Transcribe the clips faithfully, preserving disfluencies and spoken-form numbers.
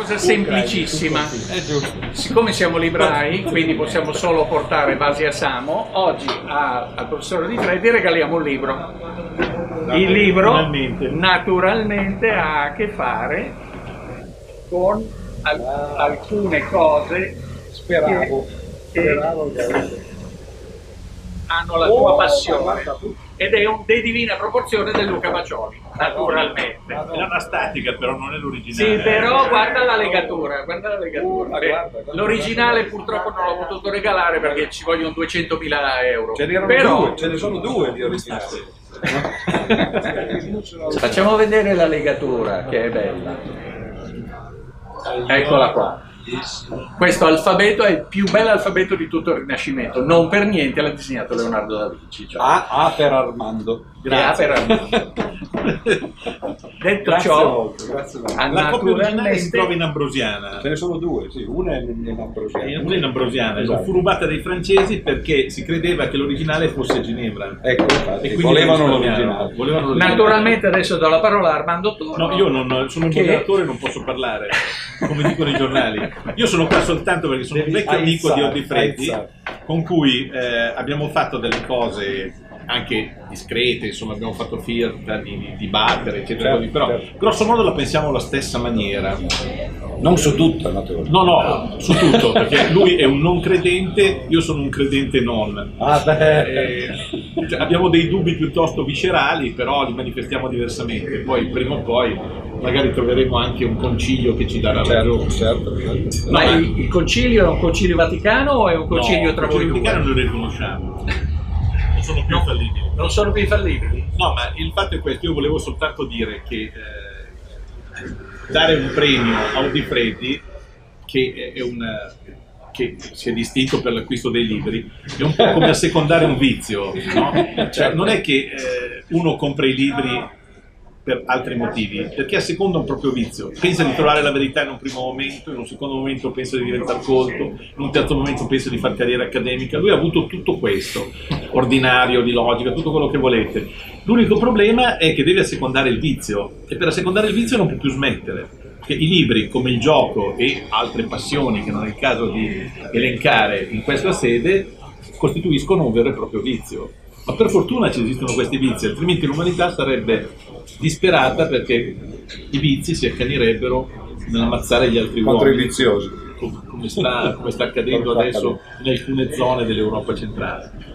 cosa semplicissima. Siccome siamo librai, quindi possiamo solo portare basi a Samo, oggi a, al professore Di Freddi regaliamo un libro. Il libro naturalmente, naturalmente ha a che fare con al, alcune cose speravo, che, speravo che hanno la tua passione. Ed è un De Divina Proporzione del Luca Bacioli, naturalmente. È una statica, però non è l'originale. Sì, però guarda la legatura, guarda la legatura. L'originale purtroppo non l'ho potuto regalare perché ci vogliono duecentomila euro. Ce n'erano però... due, ce ne sono due di originali. Facciamo vedere la legatura, che è bella. Eccola qua. Questo alfabeto è il più bel alfabeto di tutto il Rinascimento, non per niente l'ha disegnato Leonardo da Vinci. Cioè. A, A per Armando. Grazie. A per Armando. Detto Grazie ciò, molto, grazie molto. La copia originale si trova in ambrosiana. Ce ne sono due, sì, una è in ambrosiana. Una in ambrosiana, esatto. Fu rubata dai francesi perché si credeva che l'originale fosse Ginevra. Ecco, infatti, e volevano l'originale. Naturalmente adesso do la parola a Armando Torno. No, io non, sono un che... moderatore e non posso parlare, come dicono i giornali. Io sono qua soltanto perché sono Devi un vecchio amico di Di Freddi, con cui eh, abbiamo fatto delle cose anche discrete, insomma abbiamo fatto firta di, di dibattere, eccetera, certo, però certo. Grosso modo la pensiamo alla stessa maniera. Non su tutto, naturalmente. No, no, su tutto, perché lui è un non credente, io sono un credente non. Ah, beh. Eh, cioè, abbiamo dei dubbi piuttosto viscerali, però li manifestiamo diversamente. Poi prima o poi magari troveremo anche un concilio che ci darà ragione. Certo, certo. Ma no, il, il concilio è un concilio vaticano o è un concilio no, tra voi due? Il vaticano non lo riconosciamo. Non sono più infallibili. Non sono più infallibili? No, ma il fatto è questo, io volevo soltanto dire che eh, dare un premio a Di Freddi, che è un che si è distinto per l'acquisto dei libri, è un po' come assecondare un vizio, no? Cioè, non è che eh, uno compra i libri per altri motivi, perché asseconda un proprio vizio, pensa di trovare la verità in un primo momento, in un secondo momento pensa di diventare colto, in un terzo momento pensa di fare carriera accademica. Lui ha avuto tutto questo, ordinario, di logica, tutto quello che volete. L'unico problema è che deve assecondare il vizio, e per assecondare il vizio non può più smettere, perché i libri, come il gioco e altre passioni che non è il caso di elencare in questa sede, costituiscono un vero e proprio vizio. Ma per fortuna ci esistono questi vizi, altrimenti l'umanità sarebbe disperata perché i vizi si accanirebbero nell'ammazzare gli altri contro uomini, i viziosi, come sta, come sta accadendo adesso in alcune zone dell'Europa centrale.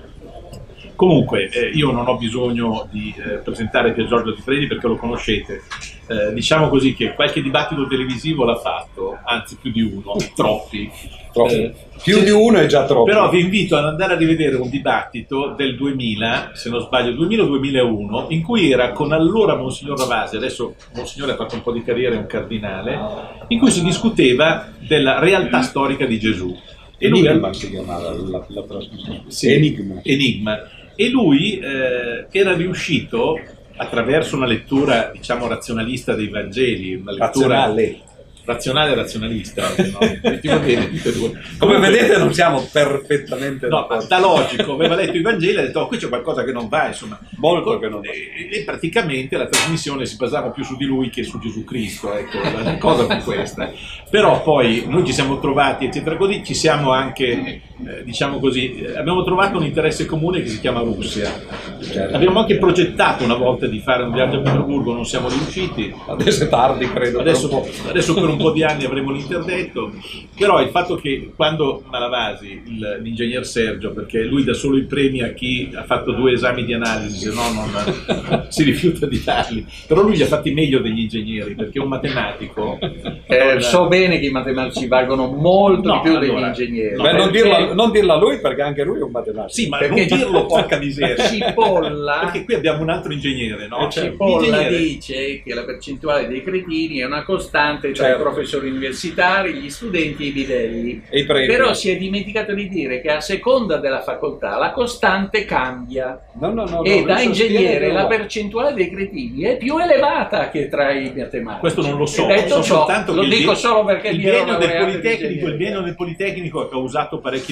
Comunque eh, io non ho bisogno di eh, presentare Pier Giorgio Di Freddi perché lo conoscete. Eh, diciamo così che qualche dibattito televisivo l'ha fatto, anzi più di uno, troppi. troppi. Eh, più di uno è già troppo. Però vi invito ad andare a rivedere un dibattito del duemila, se non sbaglio, duemila o duemilauno, in cui era con allora Monsignor Ravasi, adesso Monsignore ha fatto un po' di carriera, è un cardinale, in cui si discuteva della realtà storica di Gesù. E Enigma si chiamava la, la trasmissione. Sì, Enigma. Enigma. E lui eh, era riuscito, attraverso una lettura, diciamo, razionalista dei Vangeli, una lettura razionale, razionale e razionalista, no? Bene, come Comunque, vedete non siamo perfettamente no, da logico, aveva letto i Vangeli e ha detto oh, qui c'è qualcosa che non va, insomma, molto che non va. E, e praticamente la trasmissione si basava più su di lui che su Gesù Cristo, ecco, la cosa fu questa. Però poi noi ci siamo trovati, eccetera, così, ci siamo anche, eh, diciamo così, eh, abbiamo trovato un interesse comune che si chiama Russia. Certo. Abbiamo anche progettato una volta di fare un viaggio a Pietroburgo, non siamo riusciti. Adesso è tardi, credo. Adesso, per un, adesso per un po' di anni avremo l'interdetto, però il fatto che quando Malavasi, l'ingegner Sergio, perché lui dà solo i premi a chi ha fatto due esami di analisi, se no non si rifiuta di darli, però lui li ha fatti meglio degli ingegneri, perché un matematico... Eh, non... So bene che i matematici valgono molto no, di più allora, degli ingegneri. No, beh, non, dirla, non dirla a lui perché anche lui è un matematico. Sì, ma perché non dirlo, porca miseria. Cipolla, perché qui abbiamo un altro ingegnere, no? Cioè, Cipolla dice che la percentuale dei cretini è una costante tra certo. i professori universitari, gli studenti e i bidelli. E i però si è dimenticato di dire che a seconda della facoltà la costante cambia. No, no, no, e no, da ingegnere la percentuale dei cretini è più elevata che tra i matematici. Questo non lo so, detto so ciò, soltanto lo che dico il solo perché il biennio del Politecnico, il biennio del Politecnico ha causato parecchi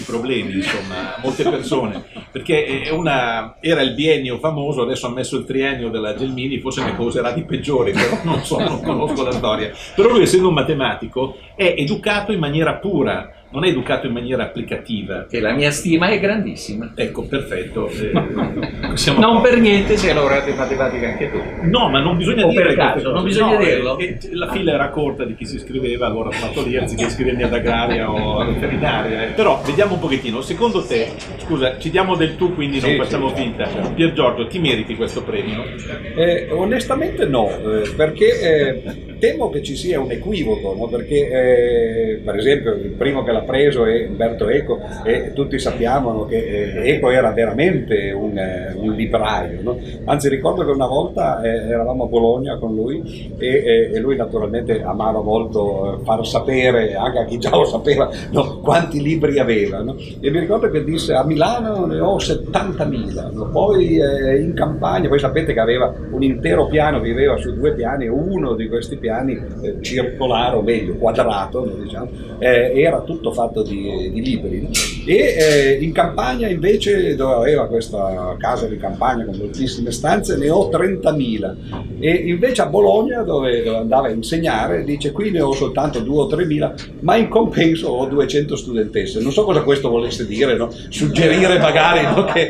problemi, insomma, a molte persone, perché è una, era il biennio famoso, adesso ha messo il triennio della Gelmini, forse ne causerà di peggiori, però non so, non conosco la storia. Però lui, essendo un matematico, è educato in maniera pura, non è educato in maniera applicativa. Che la mia stima è grandissima. Ecco, perfetto. Eh, non per niente sei laureato in matematica anche tu. No, ma non bisogna o dire per caso, non bisogna no, dirlo. Eh, eh, la fila era corta di chi si iscriveva, allora ho fatto lì anziché iscrivermi ad agraria o alla veterinaria. Eh. Però vediamo un pochettino, secondo te, scusa, ci diamo del tu, quindi non sì, facciamo sì, finta. Certo. Pier Giorgio, ti meriti questo premio? Eh, onestamente no, eh, perché eh, temo che ci sia un equivoco, no? Perché eh, per esempio il primo che l'ha preso è Umberto Eco e tutti sappiamo che eh, Eco era veramente un, eh, un libraio, no? Anzi ricordo che una volta eh, eravamo a Bologna con lui e, eh, e lui naturalmente amava molto far sapere anche a chi già lo sapeva, no, quanti libri aveva, no? E mi ricordo che disse: a Milano ne ho settantamila, no? Poi eh, in campagna, voi sapete che aveva un intero piano, viveva su due piani, uno di questi piani eh, circolare, o meglio quadrato, no, diciamo, eh, era tutto fatto di, di libri, e eh, in campagna invece, dove aveva questa casa di campagna con moltissime stanze, ne ho trentamila, e invece a Bologna dove, dove andava a insegnare dice: qui ne ho soltanto due o tremila, ma in compenso ho duecento studentesse. Non so cosa questo volesse dire, no? Suggerire magari, no, che,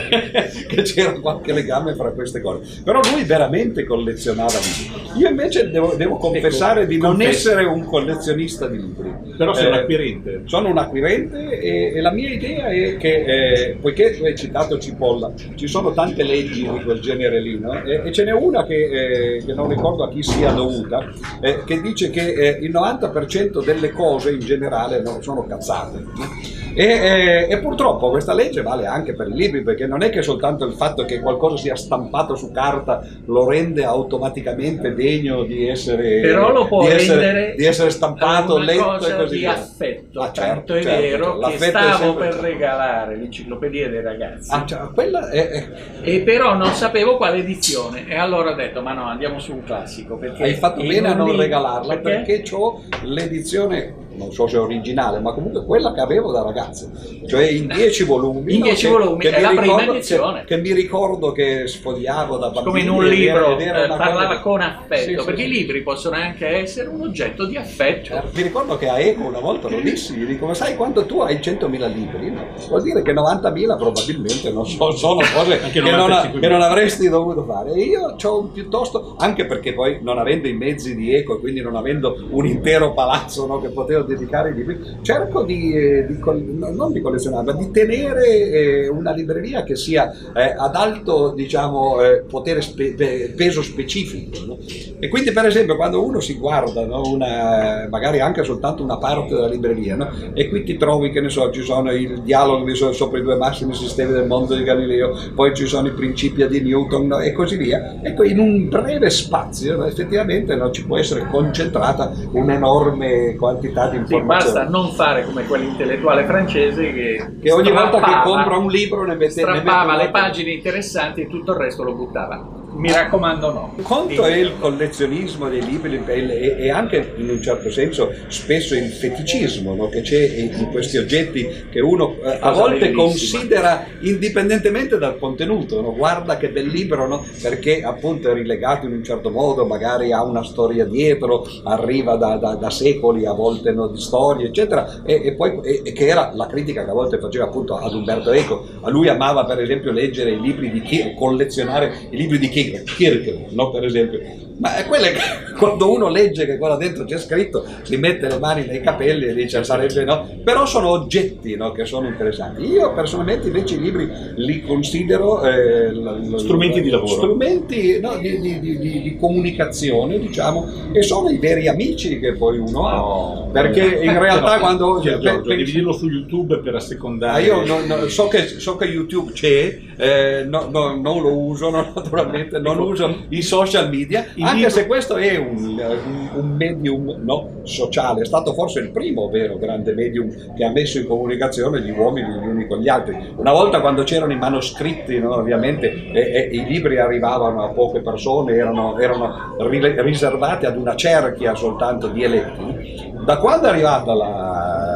che c'era qualche legame fra queste cose, però lui veramente collezionava libri. Io invece devo, devo confessare ecco, di non confesso. essere un collezionista di libri. Però sei eh, un acquirente. Sono un acquirente e, e la mia idea è che, eh, poiché tu hai citato Cipolla, ci sono tante leggi di quel genere lì, no? e, e ce n'è una che, eh, che non ricordo a chi sia dovuta, eh, che dice che eh, il novanta per cento delle cose in generale no, sono cazzate. No? E, e, e purtroppo questa legge vale anche per i libri, perché non è che soltanto il fatto che qualcosa sia stampato su carta lo rende automaticamente degno di essere, però lo può di essere, rendere di essere stampato, letto e così di via. affetto. Ah, certo, tanto è certo, vero certo. Che stavo per sempre... regalare l'enciclopedia dei ragazzi, ah, cioè, quella è, è... e però non sapevo quale edizione, e allora ho detto: ma no, andiamo su un classico. Perché hai fatto bene a non libro, regalarla, perché, perché ho l'edizione, non so se è originale, ma comunque quella che avevo da ragazzo, cioè in dieci volumi. In dieci no? volumi, che, è che la ricordo, prima edizione. Che, che mi ricordo che sfogliavo da bambino. Come in un libro, eh, parlava cosa... con affetto, sì, perché sì, i libri sì. possono anche essere un oggetto di affetto. Eh, mi ricordo che a Eco una volta lo dissi, gli dico: ma sai quanto tu hai centomila libri? No? Vuol dire che novantamila probabilmente non so, sono cose che non, ha, che non avresti dovuto fare. E io c'ho piuttosto, anche perché poi non avendo i mezzi di Eco e quindi non avendo un intero palazzo, no, che potevo dedicare ai libri, cerco di, eh, di non di collezionare, ma di tenere eh, una libreria che sia eh, ad alto, diciamo, eh, potere spe peso specifico, no? E quindi per esempio quando uno si guarda, no, una, magari anche soltanto una parte della libreria, no? E qui ti trovi, che ne so, ci sono il dialogo sopra i due massimi sistemi del mondo di Galileo, poi ci sono i principi di Newton, no? E così via. Ecco, in un breve spazio, no, effettivamente no, ci può essere concentrata un'enorme quantità di informazioni. Sì, basta non fare come quell'intellettuale francese che, che ogni volta che compra un libro ne mette, strappava ne mette le pagine interessanti e tutto il resto lo buttava. Mi raccomando, no. Un conto è il collezionismo dei libri e, e anche in un certo senso spesso il feticismo, no, che c'è in questi oggetti che uno eh, a volte considera indipendentemente dal contenuto, no? Guarda che bel libro, no? Perché appunto è rilegato in un certo modo, magari ha una storia dietro, arriva da, da, da secoli a volte, no, di storie eccetera, e, e poi e, e che era la critica che a volte faceva appunto ad Umberto Eco. A lui amava per esempio leggere i libri di Kierkegaard, collezionare i libri di Kierkegaard, no, per esempio. Ma è quelle che quando uno legge che qua dentro c'è scritto si mette le mani nei capelli e dice sarebbe, no, però sono oggetti, no, che sono interessanti. Io personalmente invece i libri li considero eh, strumenti di lavoro, strumenti, no, di, di, di, di comunicazione, diciamo, e sono i veri amici che poi uno ha, oh, perché in realtà no, quando cioè, Giorgio, devi dirlo su YouTube per assecondare. Ah, io no, no, so, che, so che YouTube c'è, eh, no, no, non lo uso, no, naturalmente non uso i social media, anche se questo è un, un, un medium, no, sociale, è stato forse il primo vero grande medium che ha messo in comunicazione gli uomini gli uni con gli altri. Una volta quando c'erano i manoscritti, no, ovviamente eh, eh, i libri arrivavano a poche persone, erano, erano riservati ad una cerchia soltanto di eletti. Da quando è arrivata la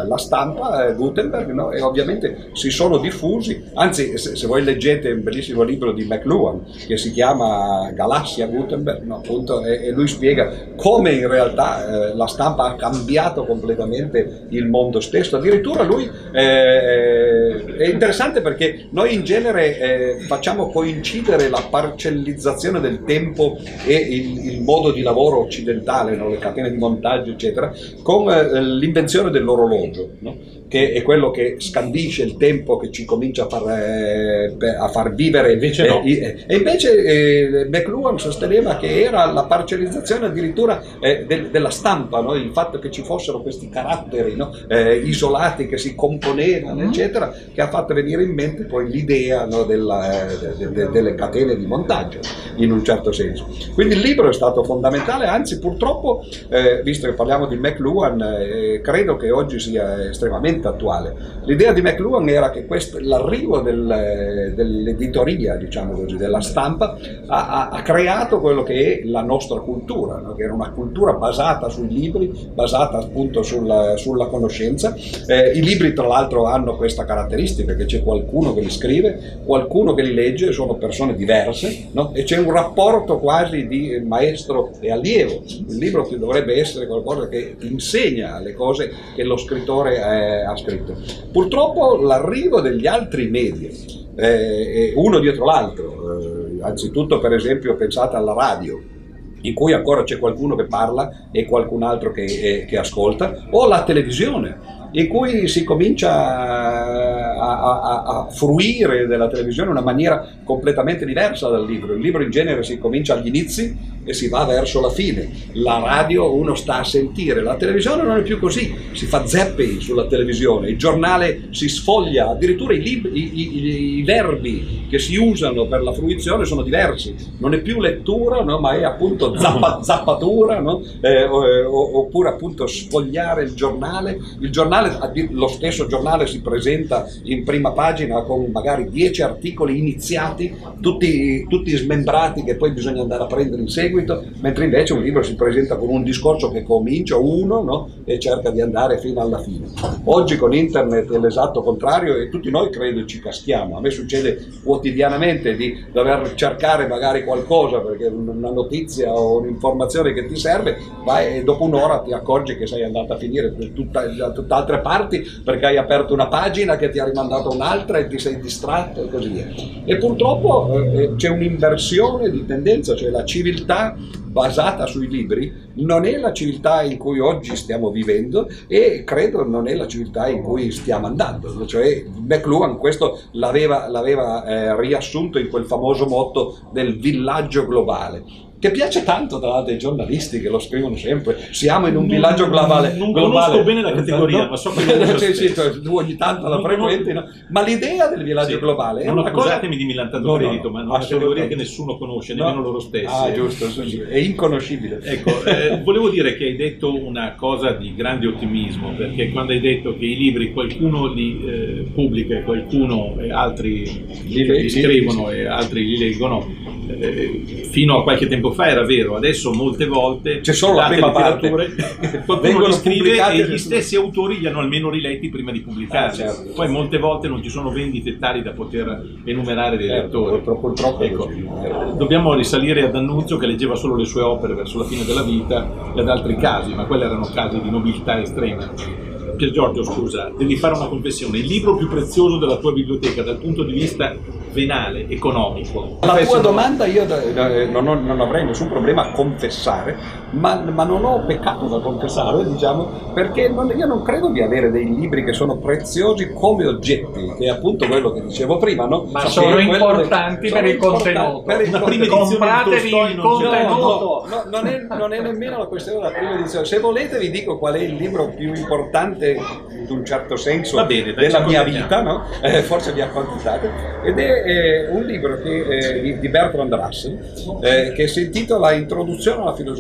la, la stampa, eh, Gutenberg, no? E ovviamente si sono diffusi, anzi se, se voi leggete un bellissimo libro di McLuhan che si chiama Galassia Gutenberg, no? Appunto, e, e lui spiega come in realtà eh, la stampa ha cambiato completamente il mondo stesso. Addirittura lui eh, è interessante perché noi in genere eh, facciamo coincidere la parcellizzazione del tempo e il, il modo di lavoro occidentale, no? Le catene di montaggio eccetera, con eh, l'invenzione dell'orologio, no? Che è quello che scandisce il tempo, che ci comincia a far, eh, a far vivere. Invece no. Eh, e invece eh, McLuhan sosteneva che era la parcellizzazione addirittura eh, del, della stampa, no? Il fatto che ci fossero questi caratteri, no? eh, isolati che si componevano, mm-hmm. eccetera, che ha fatto venire in mente poi l'idea, no? Della, eh, de, de, delle catene di montaggio, in un certo senso. Quindi il libro è stato fondamentale, anzi purtroppo, eh, visto che parliamo di McLuhan, eh, credo che oggi sia estremamente attuale. L'idea di McLuhan era che l'arrivo del, dell'editoria, diciamo così, della stampa, ha, ha creato quello che è la nostra cultura, no? Che era una cultura basata sui libri, basata appunto sulla, sulla conoscenza. Eh, I libri tra l'altro hanno questa caratteristica, che c'è qualcuno che li scrive, qualcuno che li legge, sono persone diverse, no? E c'è un rapporto quasi di maestro e allievo. Il libro dovrebbe essere qualcosa che ti insegna le cose che lo scrittore eh, ha scritto. Purtroppo l'arrivo degli altri media, eh, uno dietro l'altro, eh, anzitutto per esempio pensate alla radio, in cui ancora c'è qualcuno che parla e qualcun altro che, eh, che ascolta, o la televisione, in cui si comincia a, a, a fruire della televisione in una maniera completamente diversa dal libro. Il libro in genere si comincia agli inizi e si va verso la fine. La radio uno sta a sentire, la televisione non è più così, si fa zapping sulla televisione, il giornale si sfoglia, addirittura i, libri, i, i, i verbi che si usano per la fruizione sono diversi, non è più lettura, no, ma è appunto zappa, zappatura, no? eh, oppure appunto sfogliare il giornale. Il giornale, lo stesso giornale si presenta in prima pagina con magari dieci articoli iniziati, tutti, tutti smembrati, che poi bisogna andare a prendere in seguito, mentre invece un libro si presenta con un discorso che comincia uno, no? E cerca di andare fino alla fine. Oggi con internet è l'esatto contrario e tutti noi credo ci caschiamo. A me succede quotidianamente di dover cercare magari qualcosa perché una notizia o un'informazione che ti serve, vai e dopo un'ora ti accorgi che sei andata a finire tutta, tutta altre parti perché hai aperto una pagina che ti ha rimandato un'altra e ti sei distratto e così via. E purtroppo eh, c'è un'inversione di tendenza, cioè la civiltà basata sui libri non è la civiltà in cui oggi stiamo vivendo e credo non è la civiltà in cui stiamo andando. Cioè McLuhan questo l'aveva, l'aveva eh, riassunto in quel famoso motto del villaggio globale, che piace tanto tra l'altro ai giornalisti che lo scrivono sempre, siamo in un non, villaggio globale. Non globale. conosco bene la categoria, no? Ma so che sì, sì, tu ogni tanto la frequenti, no? Ma l'idea del villaggio sì, globale è non una accusatemi cosa... di millantato no, credito, no, ma è una categoria che nessuno conosce, no. Nemmeno loro stessi. Ah, giusto, sì, è inconoscibile. Ecco, eh, volevo dire che hai detto una cosa di grande ottimismo, perché quando hai detto che i libri qualcuno li eh, pubblica e qualcuno e altri li, li scrivono li, e altri li leggono, eh, fino a qualche tempo fa era vero, adesso molte volte c'è solo la prima parte, qualcuno li scrive e gli stessi autori li hanno almeno riletti prima di pubblicarli. Ah, certo. Poi molte volte non ci sono vendite tali da poter enumerare dei certo, lettori. Purtroppo, purtroppo ecco, dobbiamo risalire ad D'Annunzio che leggeva solo le sue opere verso la fine della vita e ad altri casi, ma quelli erano casi di nobiltà estrema. Pier Giorgio, scusa, devi fare una confessione. Il libro più prezioso della tua biblioteca dal punto di vista venale, economico? La tua domanda io non, ho, non avrei nessun problema a confessare, ma, ma non ho peccato da confessare, diciamo, perché non, io non credo di avere dei libri che sono preziosi come oggetti, che è appunto quello che dicevo prima, no? Ma so sono importanti per il contenuto. Per il contenuto. Compratevi il contenuto. No, no, non, è, non è nemmeno la questione della prima edizione. Se volete vi dico qual è il libro più importante in un certo senso va bene, dai, della mia vita, no? eh, forse vi accontentate, ed è eh, un libro che, eh, di Bertrand Russell eh, che si intitola Introduzione alla filosofia matematica.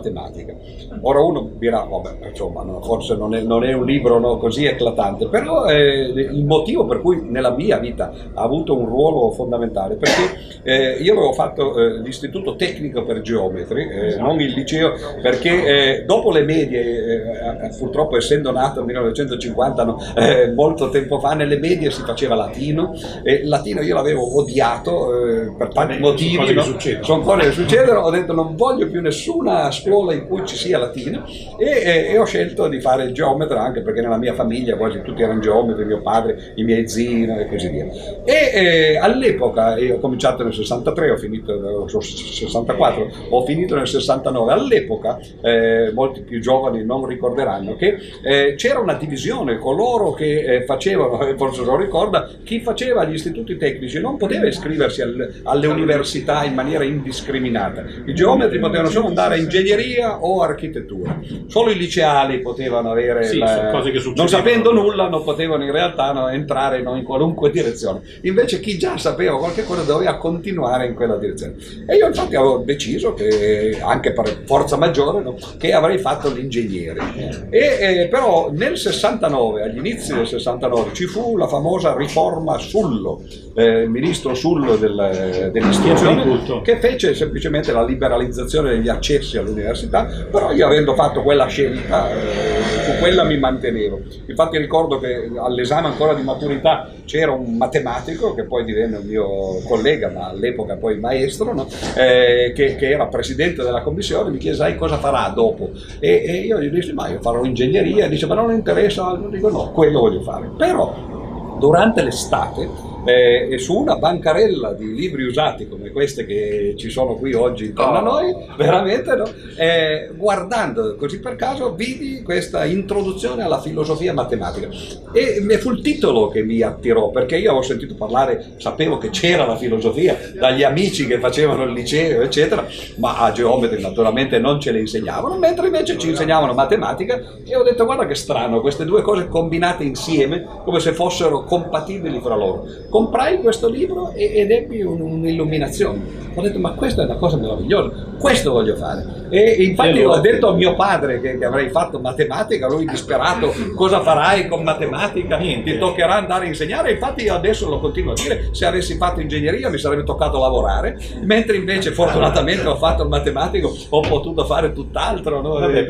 matematica. Ora uno dirà, vabbè, insomma, no, forse non è, non è un libro no, così eclatante, però eh, il motivo per cui nella mia vita ha avuto un ruolo fondamentale, perché eh, io avevo fatto eh, l'istituto tecnico per geometri, eh, non il liceo, perché eh, dopo le medie, eh, purtroppo essendo nato nel millenovecentocinquanta, no, eh, molto tempo fa, nelle medie si faceva latino, e il latino io l'avevo odiato eh, per tanti Beh, motivi, sono cose no? che succedono. Sono cose che succedono, ho detto non voglio più nessuna scuola in cui ci sia latino, e, e, e ho scelto di fare il geometra, anche perché nella mia famiglia quasi tutti erano geometri, mio padre, i miei zii e così via. E eh, all'epoca, io ho cominciato nel sessantatré, ho finito nel sessantaquattro, ho finito nel sessantanove, all'epoca eh, molti più giovani non ricorderanno che eh, c'era una divisione, coloro che eh, facevano, forse lo ricorda, chi faceva gli istituti tecnici non poteva iscriversi al, alle università in maniera indiscriminata, i geometri potevano solo andare a ingegneria o architettura, solo i liceali potevano avere, sì, la, cose che non sapendo nulla non potevano in realtà no, entrare no, in qualunque direzione, invece chi già sapeva qualche cosa doveva continuare in quella direzione. E io infatti avevo deciso che, anche per forza maggiore, no, che avrei fatto l'ingegnere. E eh, però nel sessantanove, agli inizi del sessantanove, ci fu la famosa riforma Sullo, eh, il ministro Sullo del, dell'istruzione, che fece semplicemente la liberalizzazione degli accessi all'università, però io avendo fatto quella scelta, eh, su quella mi mantenevo. Infatti ricordo che all'esame ancora di maturità c'era un matematico che poi divenne un mio collega, ma all'epoca poi maestro, no? eh, che, che era presidente della commissione, mi chiese sai cosa farà dopo, e, e io gli dissi ma io farò ingegneria, e dice ma non interessa, dico no, quello voglio fare. Però durante l'estate Eh, e su una bancarella di libri usati come queste che ci sono qui oggi intorno a noi, veramente no? eh, guardando così per caso vidi questa introduzione alla filosofia matematica, e fu il titolo che mi attirò, perché io avevo sentito parlare, sapevo che c'era la filosofia dagli amici che facevano il liceo eccetera, ma a geometri naturalmente non ce le insegnavano, mentre invece ci insegnavano matematica, e ho detto guarda che strano, queste due cose combinate insieme come se fossero compatibili fra loro. Comprai questo libro ed ebbi un'illuminazione. Ho detto ma questa è una cosa meravigliosa, questo voglio fare. E infatti ho detto a mio padre che, che avrei fatto matematica, lui disperato, cosa farai con matematica? Ti toccherà andare a insegnare. Infatti io adesso lo continuo a dire, se avessi fatto ingegneria mi sarebbe toccato lavorare, mentre invece fortunatamente ho fatto il matematico, ho potuto fare tutt'altro, no? Vabbè,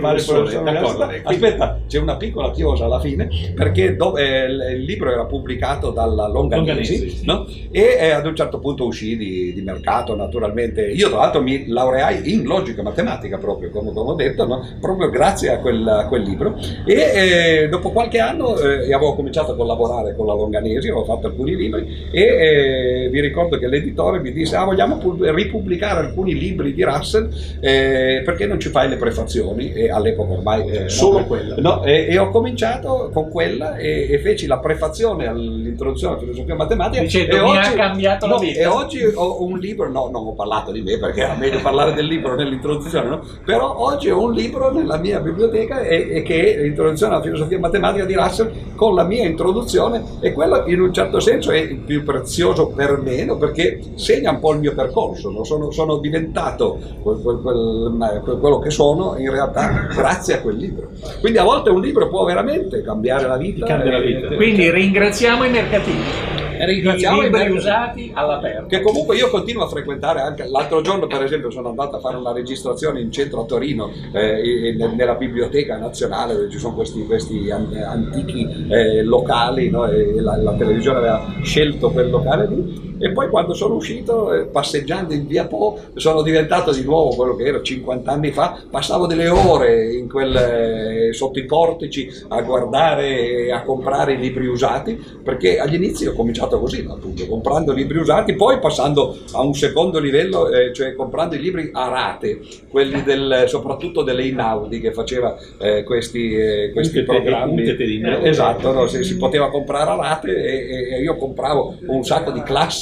fare aspetta, c'è una piccola chiosa alla fine, perché dove, eh, il libro era pubblicato dalla Longanesi, no? E eh, ad un certo punto uscì di, di mercato naturalmente. Io tra l'altro mi laureai in logica matematica proprio come, come ho detto, no? Proprio grazie a quel, a quel libro, e eh, dopo qualche anno eh, avevo cominciato a collaborare con la Longanesi, avevo fatto alcuni libri, e eh, vi ricordo che l'editore mi disse ah vogliamo ripubblicare alcuni libri di Russell, eh, perché non ci fai le prefazioni, e all'epoca ormai eh, solo no, quella no, e, e ho cominciato con quella e, e feci la prefazione all'introduzione alla filosofia matematica. Dicendo, e mi oggi, ha cambiato no, la vita. E oggi ho un libro, no, non ho parlato di me perché era meglio parlare del libro nell'introduzione, no? Però oggi ho un libro nella mia biblioteca e, e che è l'introduzione alla filosofia matematica di Russell, con la mia introduzione, e quello in un certo senso è il più prezioso per me, no? Perché segna un po' il mio percorso, no? sono, sono diventato quel, quel, quel, quello che sono in realtà grazie a quel libro. Quindi a volte un libro può veramente cambiare la vita. Cambia la vita. Quindi ringraziamo i mercatini. E ringraziamo i libri i usati all'aperto, che comunque io continuo a frequentare. Anche l'altro giorno per esempio sono andato a fare una registrazione in centro a Torino, eh, nella biblioteca nazionale, dove ci sono questi, questi antichi eh, locali, no? E la, la televisione aveva scelto quel locale lì. E poi quando sono uscito, eh, passeggiando in via Po, sono diventato di nuovo quello che ero cinquanta anni fa. Passavo delle ore in quel, eh, sotto i portici a guardare e a comprare i libri usati, perché agli inizi ho cominciato così, appunto, comprando libri usati, poi passando a un secondo livello, eh, cioè comprando i libri a rate, quelli del, soprattutto delle Einaudi, che faceva eh, questi, eh, questi programmi. Eh, esatto, no? si, si poteva comprare a rate, e, e io compravo un sacco di classi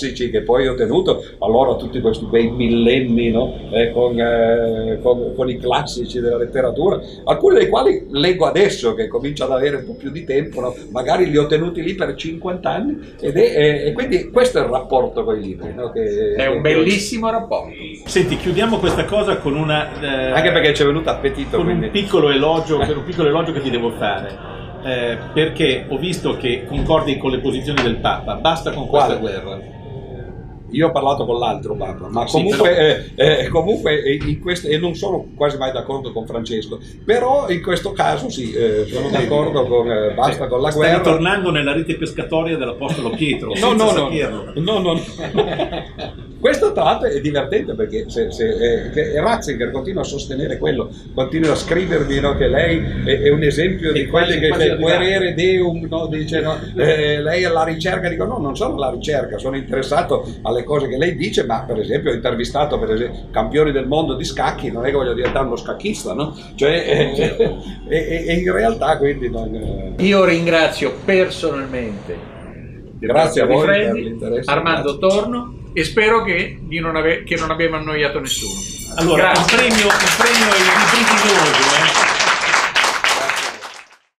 classici che poi ho tenuto, allora tutti questi bei millenni, no? eh, con, eh, con, con i classici della letteratura, alcuni dei quali leggo adesso che comincio ad avere un po' più di tempo, no? Magari li ho tenuti lì per cinquanta anni ed è, eh, e quindi questo è il rapporto con i libri, no? Che, è un bellissimo rapporto. Senti, chiudiamo questa cosa con una eh, anche perché ci è venuto appetito, con quindi. un piccolo elogio, per un piccolo elogio che ti devo fare. Eh, perché ho visto che concordi con le posizioni del Papa, basta con questa Quale? guerra. Io ho parlato con l'altro Papa, ma Sì, comunque, però... eh, eh, comunque in questo, e non sono quasi mai d'accordo con Francesco, però in questo caso sì, eh, sono d'accordo con eh, basta con la guerra. Stai ritornando nella rete pescatoria dell'Apostolo Pietro, no, senza no, saperlo. no, no, no. Questo tra l'altro è divertente perché se, se, eh, che Ratzinger continua a sostenere quello, continua a scrivermi, no, che lei è, è un esempio di quelli che è puerere deum, no, dice no, eh, lei è alla ricerca, dico no, non sono alla ricerca, sono interessato alle cose che lei dice, ma per esempio ho intervistato per esempio campioni del mondo di scacchi, non è che voglio diventare uno scacchista, no? Cioè, eh, e, e in realtà quindi non, eh... Io ringrazio personalmente grazie a voi per Freddi, l'interesse, Armando grazie. Torno, e spero che, di non, ave che non abbiamo annoiato nessuno. Allora, Grazie. il premio, il premio è il libritinoso, eh?